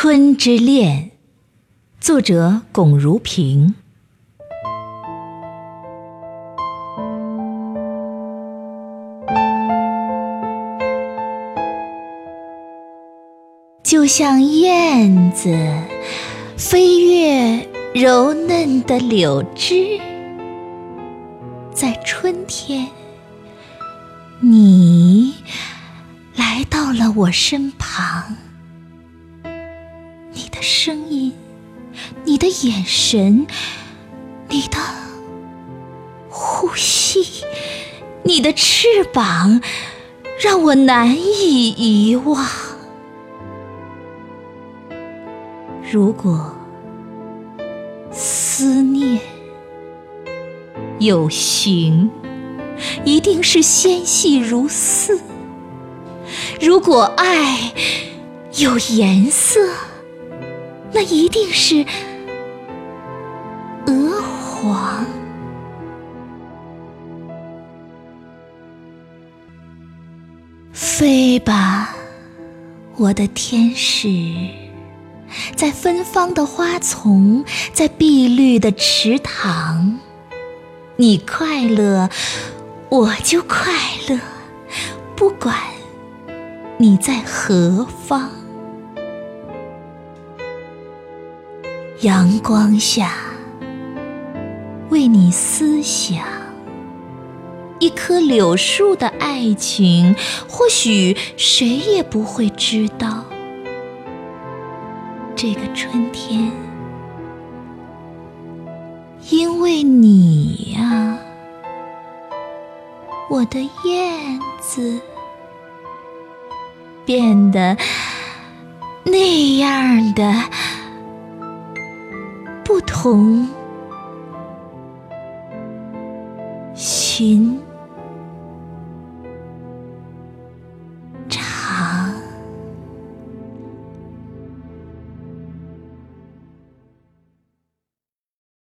春之恋，作者龚如平。就像燕子飞越柔嫩的柳枝，在春天，你来到了我身旁。你的声音，你的眼神，你的呼吸，你的翅膀，让我难以遗忘。如果思念有形，一定是纤细如丝；如果爱有颜色，那一定是鹅黄。飞吧，我的天使，在芬芳的花丛，在碧绿的池塘，你快乐，我就快乐，不管你在何方。阳光下，为你思想，一棵柳树的爱情，或许谁也不会知道。这个春天，因为你呀，我的燕子变得那样的不同寻